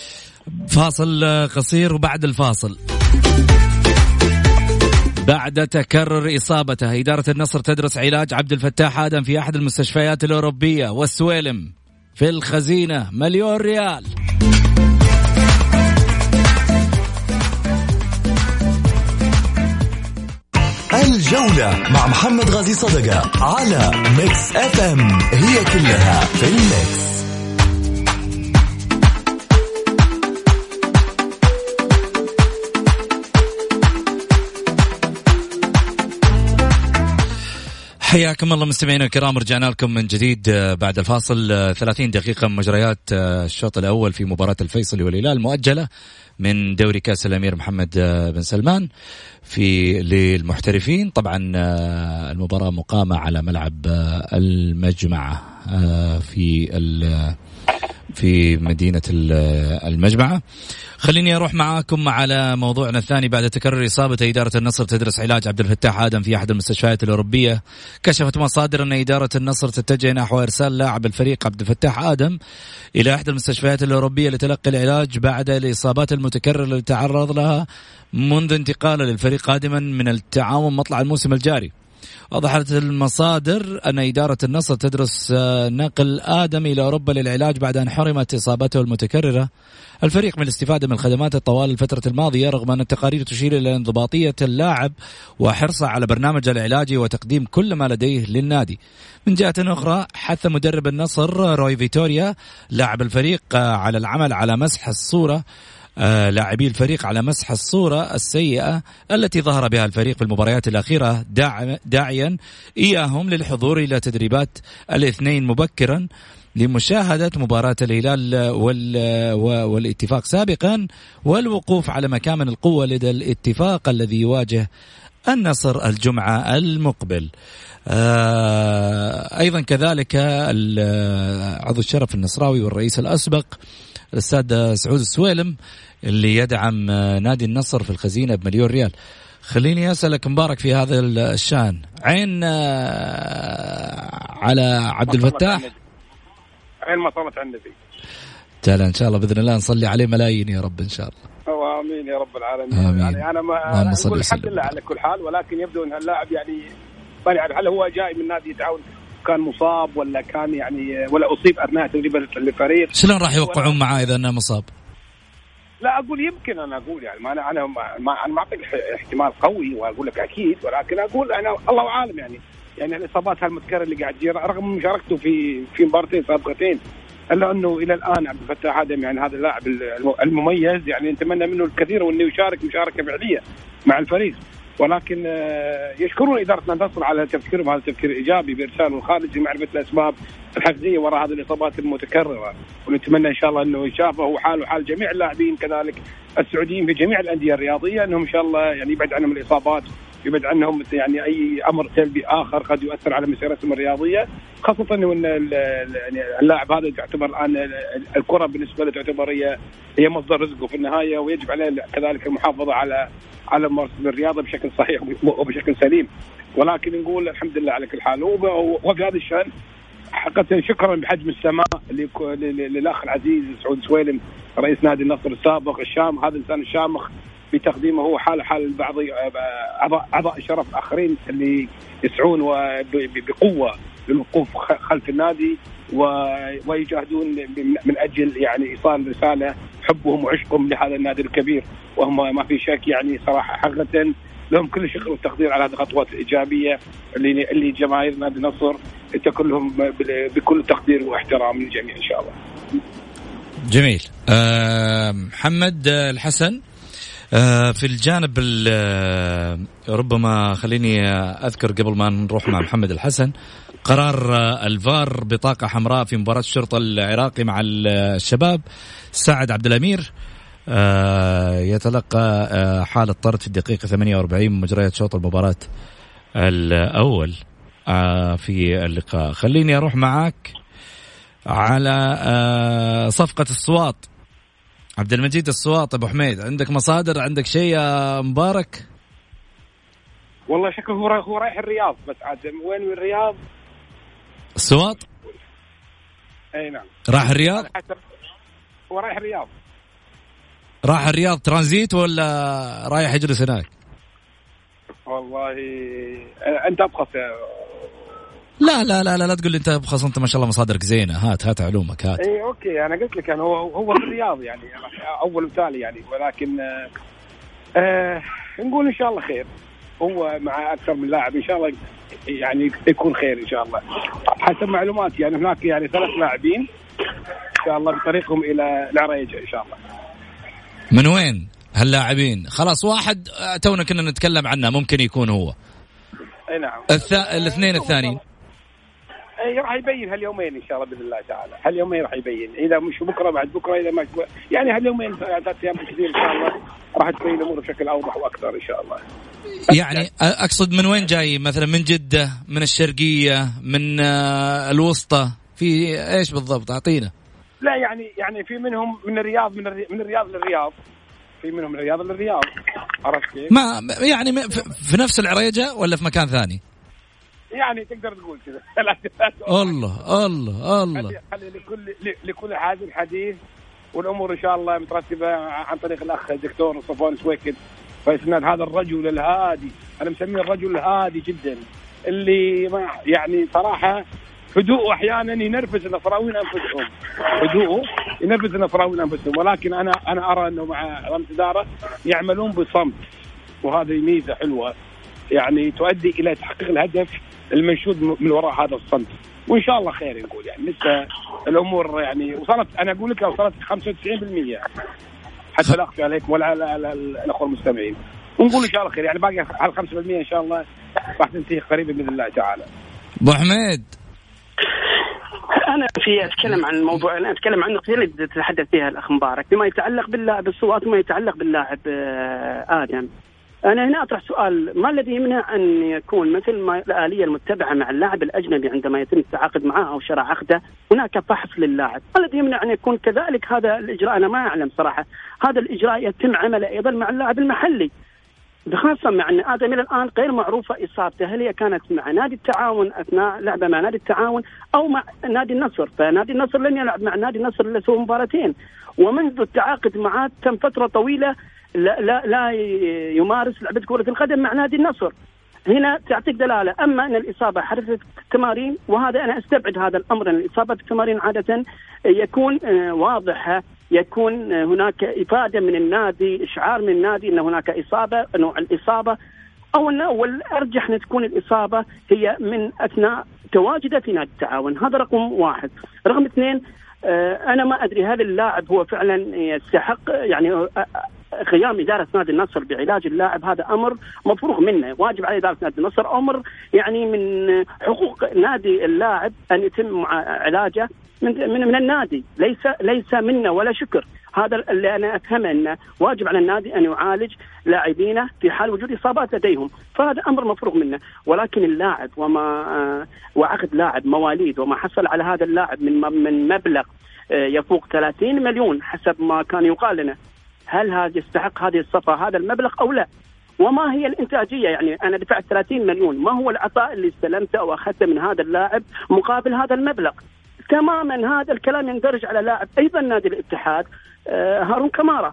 فاصل قصير وبعد الفاصل بعد تكرر إصابته إدارة النصر تدرس علاج عبد الفتاح آدم في أحد المستشفيات الأوروبية والسويلم في الخزينة $1,000,000. الجولة مع محمد غازي صدقة على ميكس اف ام، هي كلها في الميكس. حياكم الله مستمعينا الكرام، رجعنا لكم من جديد بعد الفاصل. 30 دقيقة من مجريات الشوط الأول في مباراة الفيصلي والهلال المؤجلة من دوري كأس الأمير محمد بن سلمان للمحترفين. طبعا المباراة مقامة على ملعب المجمعة في مدينة المجمعة. خليني أروح معاكم على موضوعنا الثاني. بعد تكرر إصابة إدارة النصر تدرس علاج عبد الفتاح آدم في أحد المستشفيات الأوروبية، كشفت مصادر أن إدارة النصر تتجه نحو إرسال لاعب الفريق عبد الفتاح آدم إلى أحد المستشفيات الأوروبية لتلقي العلاج بعد الإصابات المتكررة التي تعرض لها منذ انتقاله للفريق قادما من التعاون مطلع الموسم الجاري. أوضحت المصادر أن إدارة النصر تدرس نقل آدم إلى أوروبا للعلاج بعد أن حرمت إصابته المتكررة الفريق من الاستفادة من خدماته طوال الفترة الماضية، رغم أن التقارير تشير إلى انضباطية اللاعب وحرصه على برنامج العلاجي وتقديم كل ما لديه للنادي. من جهة أخرى حث مدرب النصر روي فيتوريا لاعب الفريق على العمل على مسح الصورة لاعبي الفريق على مسح الصورة السيئة التي ظهر بها الفريق في المباريات الأخيرة، داعيا إياهم للحضور إلى تدريبات الاثنين مبكرا لمشاهدة مباراة الهلال والاتفاق سابقا، والوقوف على مكامن القوة لدى الاتفاق الذي يواجه النصر الجمعة المقبل. أيضا كذلك عضو الشرف النصراوي والرئيس الأسبق الأستاذ سعود السويلم اللي يدعم نادي النصر في الخزينة ب1,000,000 ريال. خليني أسألك مبارك في هذا الشأن، عين على عبد الفتاح، عين ما صارت عن النبي تعالى إن شاء الله بإذن الله نصلي عليه ملايين يا رب إن شاء الله. آمين يا رب العالمين. آمين. يعني أنا ما أقول الحمد لله على كل حال، ولكن يبدو أن اللاعب يعني ما يعرف هل هو جاي من نادي تعاون كان مصاب ولا كان يعني ولا أصيب أثناء تدريب الفريق. شلون راح يوقعون معاه إذا أنه مصاب؟ لا أقول يمكن، أنا أقول يعني أنا ما أعطيك احتمال قوي وأقول لك أكيد، ولكن أقول أنا الله أعلم يعني الإصابات هالمتكررة اللي قاعد تجي رغم مشاركته في مباراتين سابقتين، إلا أنه إلى الآن عبد الفتاح آدم يعني هذا اللاعب المميز يعني نتمنى منه الكثير وأنه يشارك مشاركة فعلية مع الفريق، ولكن يشكرون إدارة النصر على تفكيرهم، هذا تفكير إيجابي بإرساله الخارج لمعرفة الأسباب الحقيقية وراء هذه الإصابات المتكررة، ونتمنى إن شاء الله أنه يشافه وحاله وحال جميع اللاعبين كذلك السعوديين في جميع الأندية الرياضية، أنهم إن شاء الله يعني يبعد عنهم الإصابات، يبعد عنهم يعني أي أمر سلبي آخر قد يؤثر على مسيرتهم الرياضية، خاصة أن اللاعب هذا تعتبر الآن الكرة بالنسبة له تعتبر هي مصدر رزقه في النهاية، ويجب عليه كذلك المحافظة على ممارسة الرياضة بشكل صحيح وبشكل سليم. ولكن نقول الحمد لله على كل حال. وفي هذا الشأن حقيقة شكرا بحجم السماء للأخ العزيز سعود سويلم رئيس نادي النصر السابق الشام، هذا الإنسان الشامخ بتقديمه هو حال بعض أعضاء الشرف الآخرين اللي يسعون بقوة للوقوف خلف النادي ويجاهدون من أجل يعني إيصال رسالة حبهم وعشقهم لهذا النادي الكبير، وهم ما في شك يعني صراحة حقيقة لهم كل شكر والتقدير على هذه الخطوات الإيجابية اللي جماهير نادي النصر تكون لهم بكل تقدير واحترام للجميع إن شاء الله. جميل. محمد الحسن، في الجانب ربما خليني أذكر قبل ما نروح مع محمد الحسن قرار الفار بطاقة حمراء في مباراة الشرطة العراقي مع الشباب. سعد عبد الأمير يتلقى حالة طرد في الدقيقة 48 من مجريات شوط المباراة الأول في اللقاء. خليني أروح معك على صفقة الصواط، عبد المجيد الصواط. أبو حميد، عندك مصادر، عندك شيء يا مبارك؟ والله شكله هو رايح الرياض، بس عاد وين الرياض؟ الصواط؟ أي نعم راح الرياض؟ هو رايح الرياض. راح الرياض ترانزيت ولا رايح يجلس هناك؟ والله أنت أبخص. لا لا لا لا تقول لي أنت أبخص، أنت ما شاء الله مصادرك زينة. هات علومك هات. إيه أوكي، أنا قلت لك أنا هو في الرياض يعني أول وتالي يعني، ولكن نقول إن شاء الله خير. هو مع أكثر من لاعب إن شاء الله يعني يكون خير إن شاء الله. حسب معلوماتي يعني هناك يعني 3 لاعبين إن شاء الله بطريقهم إلى العريجة إن شاء الله. من وين هاللاعبين؟ خلاص واحد تونا كنا نتكلم عنه ممكن يكون هو. أي نعم. الاثنين الثانيين راح يبين هاليومين إن شاء الله بإذن الله تعالى. هاليومين راح يبين، إذا مش بكرة بعد بكرة، إذا ما يعني هاليومين 3 أيام كثير إن شاء الله راح تبين الأمور بشكل أوضح وأكثر إن شاء الله. يعني أقصد من وين جاي؟ مثلا من جدة، من الشرقية، من الوسطى، في إيش بالضبط؟ أعطينا. لا يعني في منهم من الرياض للرياض، في منهم من الرياض للرياض، عرفت كيف؟ ما يعني في نفس العريجة ولا في مكان ثاني؟ يعني تقدر تقول كذا. الله خلي لكل حادث حديث، والأمور إن شاء الله مترتبة عن طريق الأخ الدكتور صفوان سويكت، فإسناد هذا الرجل الهادي، أنا مسميه الرجل الهادي جدا، اللي يعني صراحة هدوء أحيانا ينرفز النصراويين أنفسهم، هدوء ينرفز النصراويين أنفسهم، ولكن أنا أرى أنه مع رئيس الإدارة يعملون بصمت، وهذه ميزة حلوة يعني تؤدي إلى تحقيق الهدف المنشود من وراء هذا الصمت، وإن شاء الله خير نقول. يعني لسه الأمور يعني وصلت، أنا أقول لك وصلت 95% حتى لا أخفي عليك ولا على الأخوة المستمعين، ونقول إن شاء الله خير. يعني باقي على 5% إن شاء الله راح تنتهي قريبا بإذن الله تعالى. أبو حميد، أنا في أتكلم عن الموضوع، أنا أتكلم عن النقطة اللي تتحدث فيها الأخ مبارك فيما يتعلق باللاعب الصوات وما يتعلق باللاعب آدم. أنا هنا أطرح سؤال، ما الذي يمنع أن يكون مثل ما الآلية المتبعة مع اللاعب الأجنبي عندما يتم التعاقد معه أو شراء عقده هناك فحص للاعب؟ ما الذي يمنع أن يكون كذلك هذا الإجراء؟ أنا ما أعلم صراحة هذا الإجراء يتم عمله أيضا مع اللاعب المحلي، خاصة مع أن آدم إلى الآن غير معروفة إصابته، هل هي كانت مع نادي التعاون أثناء لعبة مع نادي التعاون أو مع نادي النصر؟ فنادي النصر لن يلعب مع نادي النصر إلا سوى مباراتين، ومنذ التعاقد معه تم فترة طويلة لا يمارس لعبة كرة القدم مع نادي النصر. هنا تعطيك دلالة. أما أن الإصابة حدثت التمارين، وهذا أنا أستبعد هذا الأمر، أن الإصابة في التمارين عادة يكون واضحة، يكون هناك إفادة من النادي، إشعار من النادي أن هناك إصابة، نوع الإصابة، أو والأرجح أن تكون الإصابة هي من أثناء تواجده في نادي التعاون. هذا رقم واحد. رقم اثنين، أنا ما أدري هل اللاعب هو فعلا يستحق يعني قيام إدارة نادي النصر بعلاج اللاعب، هذا أمر مفروغ منه، واجب على إدارة نادي النصر، أمر يعني من حقوق نادي اللاعب أن يتم علاجه من النادي، ليس منا ولا شكر. هذا اللي أنا أفهمه، أنه واجب على النادي أن يعالج لاعبينه في حال وجود إصابات لديهم، فهذا أمر مفروغ منه. ولكن اللاعب وعقد لاعب مواليد وما حصل على هذا اللاعب من مبلغ يفوق 30 مليون حسب ما كان يقال لنا، هل هذا يستحق هذه الصفقة هذا المبلغ أو لا؟ وما هي الإنتاجية؟ يعني أنا دفعت 30 مليون، ما هو العطاء اللي استلمته أو أخذته من هذا اللاعب مقابل هذا المبلغ؟ تماما هذا الكلام يندرج على لاعب أيضا نادي الاتحاد هارون كمارا،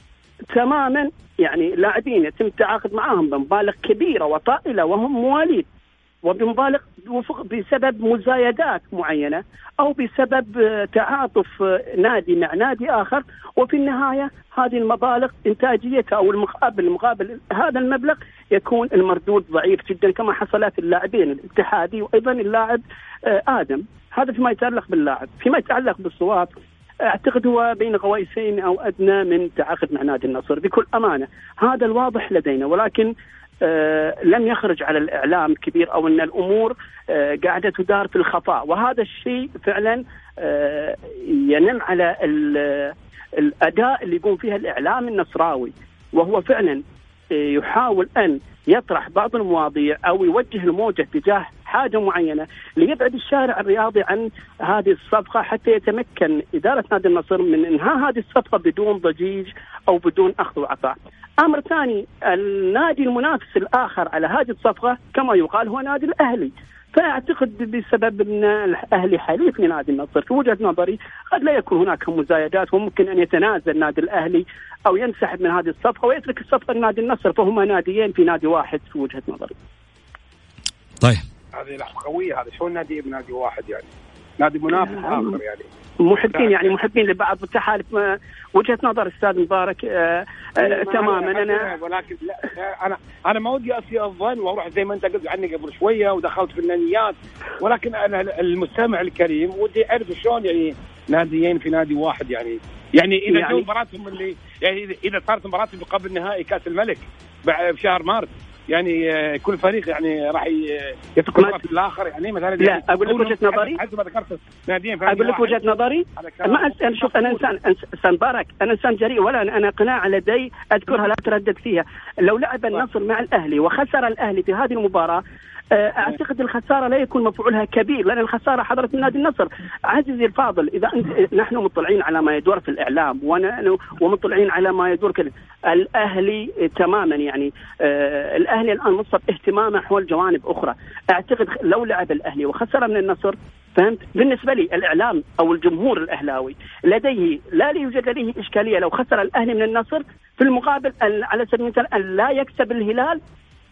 تماما يعني لاعبين يتم التعاقد معهم بمبالغ كبيرة وطائلة وهم مواليد، وبمبالغ بسبب مزايدات معينة أو بسبب تعاطف نادي مع نادي آخر، وفي النهاية هذه المبالغ إنتاجيتها أو المقابل هذا المبلغ يكون المردود ضعيف جدا، كما حصلت اللاعبين الاتحادي وأيضا اللاعب آدم. هذا فيما يتعلق باللاعب. فيما يتعلق بالصواب، أعتقد هو بين قويسين أو أدنى من تعاقد مع نادي النصر بكل أمانة، هذا الواضح لدينا، ولكن لم يخرج على الإعلام كبير أو أن الأمور قاعدة تدار في الخفاء، وهذا الشيء فعلا ينم على الأداء اللي يقوم فيها الإعلام النصراوي، وهو فعلا يحاول أن يطرح بعض المواضيع أو يوجه الموجة تجاه حاجة معينة ليبعد الشارع الرياضي عن هذه الصفقة، حتى يتمكن إدارة نادي النصر من إنهاء هذه الصفقة بدون ضجيج أو بدون أخذ وعطاء. أمر ثاني، النادي المنافس الآخر على هذه الصفقة كما يقال هو نادي الأهلي، فأعتقد بسبب أن الأهلي حليف لنادي النصر في وجهة نظري قد لا يكون هناك مزايدات، وممكن أن يتنازل نادي الأهلي أو ينسحب من هذه الصفقة ويترك الصفقة لنادي النصر، فهما ناديين في نادي واحد في وجهة نظري. طيب هذه لحظة قوية، هذا شو نادي بنادي واحد يعني نادي منافس آخر يعني محبين لبعض بالتحالف. وجهة نظر أستاذ مبارك تماما. ولكن لا أنا ما ودي أسيء الظن وأروح زي ما أنت قلت عني قبل شوية ودخلت في النانيات، ولكن أنا المستمع الكريم ودي أعرف شلون يعني ناديين في نادي واحد يعني إذا جو مباراتهم اللي يعني إذا صارت مباراتهم قبل نهائي كأس الملك بشهر مارس، يعني كل فريق يعني راح يترك الوقت الآخر يعني مثلا. لا أقول لك وجهة نظري، حسب ما ذكرت ناديين أقول لك وجهة نظري. ما أنا شوف، أنا إنسان بارك، أنا إنسان جريء، ولا أنا قناعة لدي أذكرها لا أتردد فيها. لو لعب النصر مع الأهلي وخسر الأهلي في هذه المباراة، أعتقد الخسارة لا يكون مفعولها كبير، لأن الخسارة حضرت من نادي النصر. عزيزي الفاضل، إذا نحن مطلعين على ما يدور في الإعلام ومطلعين على ما يدور الأهلي تماما، يعني الأهلي الآن مصب اهتمامه حول جوانب أخرى. أعتقد لو لعب الأهلي وخسر من النصر، فهمت؟ بالنسبة لي الإعلام أو الجمهور الأهلاوي لديه لا يوجد لديه إشكالية لو خسر الأهلي من النصر، في المقابل على سبيل المثال أن لا يكسب الهلال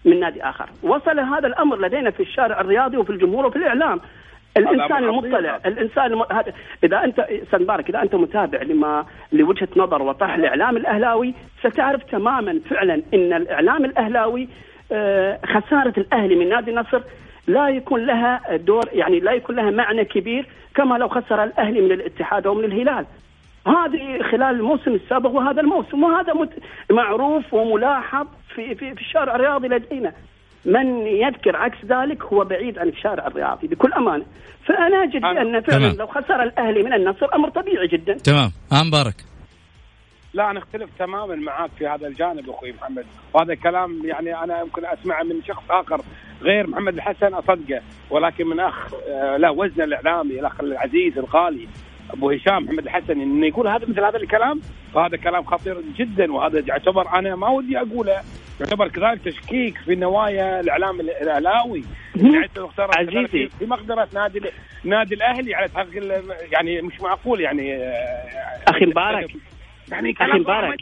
من نادي آخر. وصل هذا الأمر لدينا في الشارع الرياضي وفي الجمهور وفي الإعلام. الإنسان هذا إذا أنت أستاذ مبارك إذا أنت متابع لوجهة نظر وطرح الإعلام الأهلاوي ستعرف تماما فعلا إن الإعلام الأهلاوي خسارة الأهلي من نادي النصر لا يكون لها دور، يعني لا يكون لها معنى كبير كما لو خسر الأهلي من الاتحاد أو من الهلال. هذه خلال الموسم السابق وهذا الموسم، وهذا معروف وملاحظ في الشارع الرياضي لدينا. من يذكر عكس ذلك هو بعيد عن الشارع الرياضي بكل أمانة. فأنا أجد أن فعلا لو خسر الأهلي من النصر أمر طبيعي جدا. تمام. مبارك. لا أنا أختلف تماما معك في هذا الجانب أخوي محمد، وهذا كلام يعني أنا يمكن أسمع من شخص آخر غير محمد الحسن أصدقه، ولكن من أخ لا وزن الإعلامي الأخ العزيز الغالي أبو هشام محمد الحسن إنه يقول هذا مثل هذا الكلام، فهذا كلام خطير جدا، وهذا يعتبر أنا ما ودي أقوله يعتبر كذلك تشكيك في نوايا الإعلام الأهلاوي. عزيزي في مقدرة نادي الأهلي على تحقيق يعني مش معقول يعني أخي مبارك يعني أخي مبارك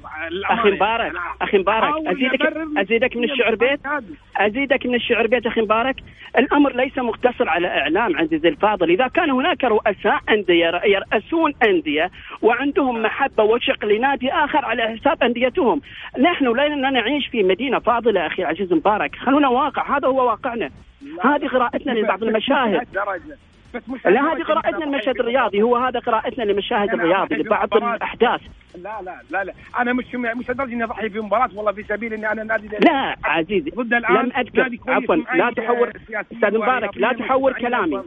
أزيدك من الشعر بيت أخي مبارك. الأمر ليس مقتصر على إعلام عزيزي الفاضل. إذا كان هناك رؤساء أندية يرأسون أندية وعندهم محبة وشق لنادي آخر على حساب أنديتهم، نحن لا نعيش في مدينة فاضلة أخي عزيز مبارك، خلونا واقع، هذا هو واقعنا. هذه قراءتنا لبعض المشاهد، لا هذه قراءتنا المشهد الرياضي، هو هذا قراءتنا لمشاهد الرياضي لبعض الأحداث. لا أنا مش لدرجة إني أضحي في مباراة والله في سبيل إني أنا نادي. لا عزيزي لم أذكر، عفوا لا تحور أستاذ مبارك، لا تحور كلامي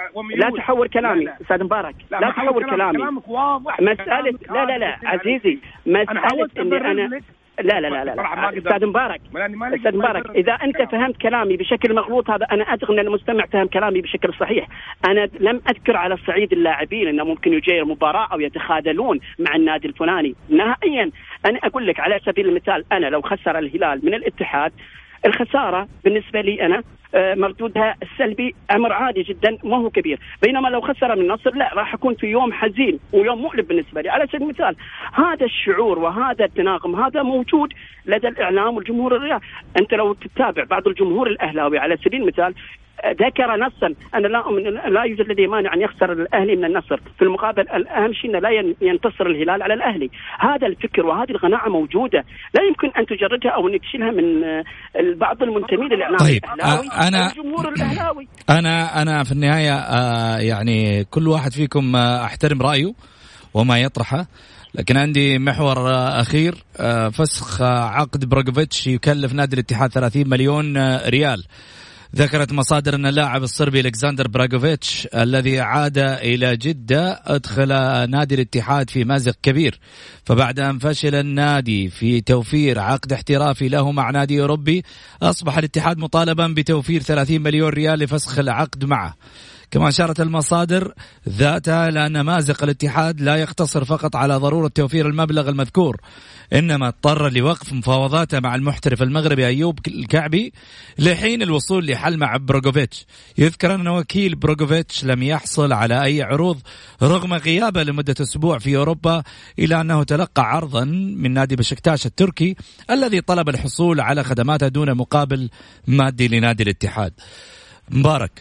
أستاذ مبارك، لا تحور كلامي. مسألة لا عزيزي، مسألة إني أنا لا أستاذ مبارك إذا أنت فهمت كلامي بشكل مغلوط هذا أنا أدعو أن المستمع فهم كلامي بشكل صحيح. أنا لم أذكر على الصعيد اللاعبين أنه ممكن يجير مباراة أو يتخاذلون مع النادي الفلاني نهائيا. أنا أقول لك على سبيل المثال، أنا لو خسر الهلال من الاتحاد، الخسارة بالنسبة لي أنا مردودها السلبي أمر عادي جدا ما هو كبير، بينما لو خسر من النصر لا راح أكون في يوم حزين ويوم مؤلم بالنسبة لي. على سبيل المثال هذا الشعور وهذا التناغم هذا موجود لدى الإعلام والجمهور الرياضي. أنت لو تتابع بعض الجمهور الأهلاوي على سبيل المثال ذكر نصا أنا لا يوجد لديه مانع أن يخسر الأهلي من النصر، في المقابل الأهم شيء أنه لا ينتصر الهلال على الأهلي. هذا الفكر وهذه القناعة موجودة، لا يمكن أن تجردها أو أن تشيلها من بعض المنتمين للإعلام الأهلاوي الجمهور الأهلاوي. أنا في النهاية يعني كل واحد فيكم أحترم رأيه وما يطرحه، لكن عندي محور أخير. فسخ عقد براغوفيتش يكلف نادي الاتحاد 30 مليون ريال. ذكرت مصادر أن اللاعب الصربي ألكسندر براغوفيتش الذي عاد إلى جدة أدخل نادي الاتحاد في مأزق كبير، فبعد أن فشل النادي في توفير عقد احترافي له مع نادي أوروبي أصبح الاتحاد مطالبا بتوفير 30 مليون ريال لفسخ العقد معه. كما أشارت المصادر ذاتها لأن مأزق الاتحاد لا يقتصر فقط على ضرورة توفير المبلغ المذكور، إنما اضطر لوقف مفاوضاته مع المحترف المغربي أيوب الكعبي لحين الوصول لحل مع براغوفيتش. يذكر أن وكيل براغوفيتش لم يحصل على أي عروض رغم غيابه لمدة أسبوع في أوروبا، إلى أنه تلقى عرضا من نادي بشكتاش التركي الذي طلب الحصول على خدماته دون مقابل مادي لنادي الاتحاد. مبارك.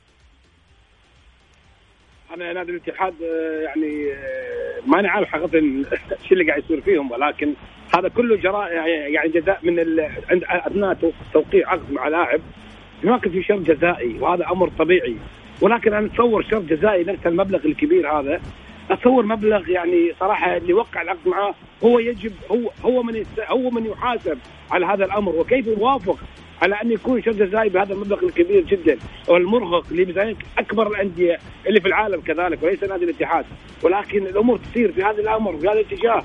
أنا نادي الاتحاد يعني ما نعرف حقيقة الشيء اللي قاعد يصير فيهم، ولكن هذا كله جراء يعني جزاء من عند أثناء توقيع عقد مع لاعب هناك في شرط جزائي، وهذا أمر طبيعي. ولكن أنا أتصور شرط جزائي نفس المبلغ الكبير هذا، أتصور مبلغ يعني صراحة اللي وقع العقد معه هو يجب هو من يحاسب على هذا الأمر، وكيف يوافق على أن يكون شرط جزائي بهذا المبلغ الكبير جدا والمرهق لميزانية أكبر الأندية اللي في العالم كذلك وليس نادي الاتحاد. ولكن الأمور تصير في هذا الأمر في هذا الاتجاه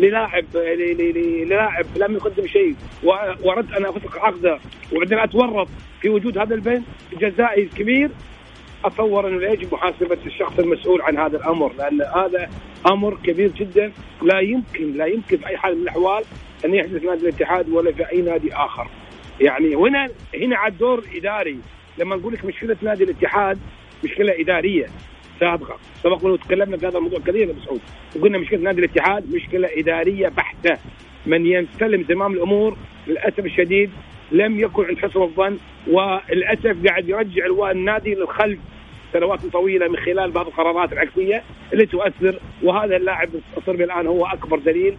للاعب لم يقدم شيء ورد أن أفسخ عقده وبعدين أتورط في وجود هذا البند جزائي كبير. أتصور أنه يجب محاسبة الشخص المسؤول عن هذا الأمر، لأن هذا أمر كبير جدا لا يمكن في أي حال من الأحوال أن يحدث نادي الاتحاد ولا في أي نادي آخر. يعني هنا على الدور إداري. لما نقول لك مشكلة نادي الاتحاد مشكلة إدارية سابقة، سبق وتكلمنا في هذا الموضوع كثير بسعود، وقلنا مشكلة نادي الاتحاد مشكلة إدارية بحتة. من يستلم زمام الأمور للأسف الشديد لم يكن عند حسن الظن، وللاسف قاعد يرجع النادي للخلف سنوات طويله من خلال بعض القرارات العكسيه اللي تؤثر. وهذا اللاعب الصربي الان هو اكبر دليل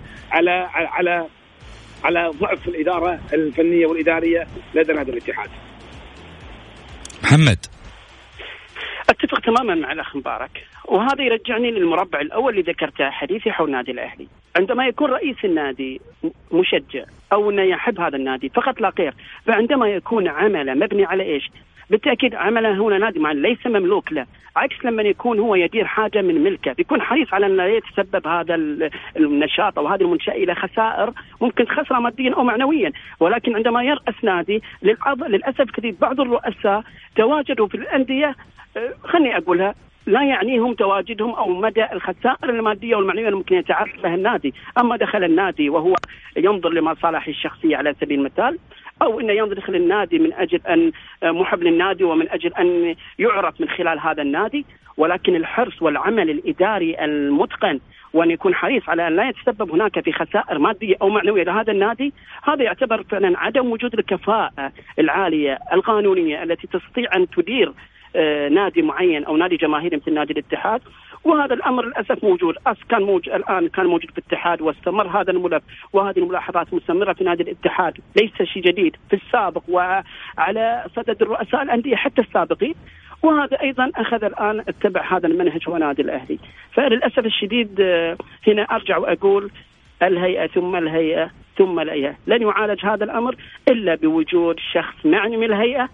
على ضعف الاداره الفنيه والاداريه لدى نادي الاتحاد. محمد، اتفق تماما مع الاخ مبارك، وهذا يرجعني للمربع الاول اللي ذكرته حديثي حول النادي الاهلي. عندما يكون رئيس النادي مشجع او انه يحب هذا النادي فقط لا غير، فعندما يكون عمله مبني على ايش؟ بالتاكيد عمله هنا نادي معين ليس مملوك له، عكس لما يكون هو يدير حاجه من ملكه بيكون حريص على ان لا يتسبب هذا النشاط او هذه المنشاه الى خسائر ممكن خساره ماديا او معنويا. ولكن عندما يرأس نادي للاسف كثير بعض الرؤساء تواجدوا في الانديه، خلني اقولها، لا يعنيهم تواجدهم أو مدى الخسائر المادية والمعنوية اللي ممكن يتعرض لها النادي. أما دخل النادي وهو ينظر لمصالحه الشخصية على سبيل المثال، أو إنه ينظر داخل النادي من أجل أن محب للنادي ومن أجل أن يعرف من خلال هذا النادي، ولكن الحرص والعمل الإداري المتقن وأن يكون حريص على أن لا يتسبب هناك في خسائر مادية أو معنوية لهذا النادي، هذا يعتبر فعلا عدم وجود الكفاءة العالية القانونية التي تستطيع أن تدير نادي معين أو نادي جماهيري مثل نادي الاتحاد. وهذا الأمر للأسف موجود، الآن كان موجود في الاتحاد واستمر هذا الملف، وهذه الملاحظات مستمرة في نادي الاتحاد، ليس شيء جديد في السابق وعلى صدد الرؤساء الأندية حتى السابقين، وهذا أيضا أخذ الآن اتبع هذا المنهج هو نادي الأهلي. فللأسف الشديد هنا أرجع وأقول الهيئة ثم الهيئة ثم الهيئة، لن يعالج هذا الأمر إلا بوجود شخص معني من الهيئة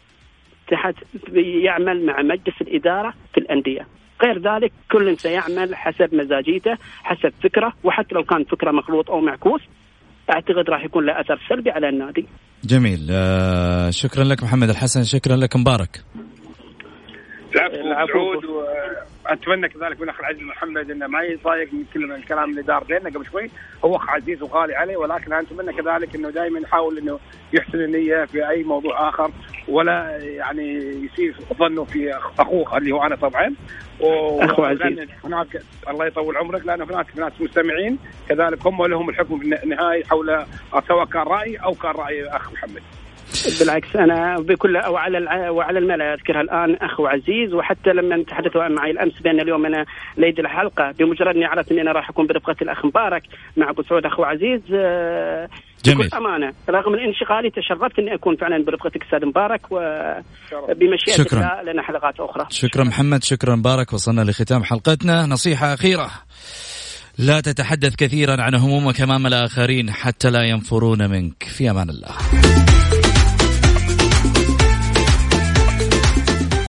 يعمل مع مجلس الإدارة في الأندية. غير ذلك كل سيعمل حسب مزاجيته حسب فكرة، وحتى لو كان فكرة مخلوط أو معكوس أعتقد راح يكون له أثر سلبي على النادي. جميل، شكرا لك محمد الحسن، شكرا لك مبارك. العفو. أتمنى كذلك من أخ العزيز محمد إنه ما يضايق من كل الكلام اللي دار بيننا قبل شوي، هو أخ عزيز وغالي عليه، ولكن أتمنى كذلك إنه دائما يحاول إنه يحسن النية في أي موضوع آخر، ولا يعني يسيء ظنه في أخوه اللي هو أنا طبعا. أخو عزيز هناك الله يطول عمرك، لأن هناك ناس مستمعين كذلك هم لهم الحكم في النهاية حول سواء كان رأي أو كان رأي أخ محمد. بالعكس أنا بكل وعلى الملأ أذكرها الآن أخو عزيز، وحتى لما تحدثوا معي الأمس بأن اليوم أنا ليد الحلقة بمجرد أني عرفت أني أنا راح أكون برفقة الأخ مبارك مع أبو سعود أخو عزيز بكل أمانة رغم من انشغالي تشرفت أني أكون فعلا برفقتك أستاذ مبارك، وبمشيئة الله لنا حلقات أخرى. شكرا محمد، شكرا مبارك. وصلنا لختام حلقتنا. نصيحة أخيرة: لا تتحدث كثيرا عن همومك أمام الآخرين حتى لا ينفرون منك. في أمان الله.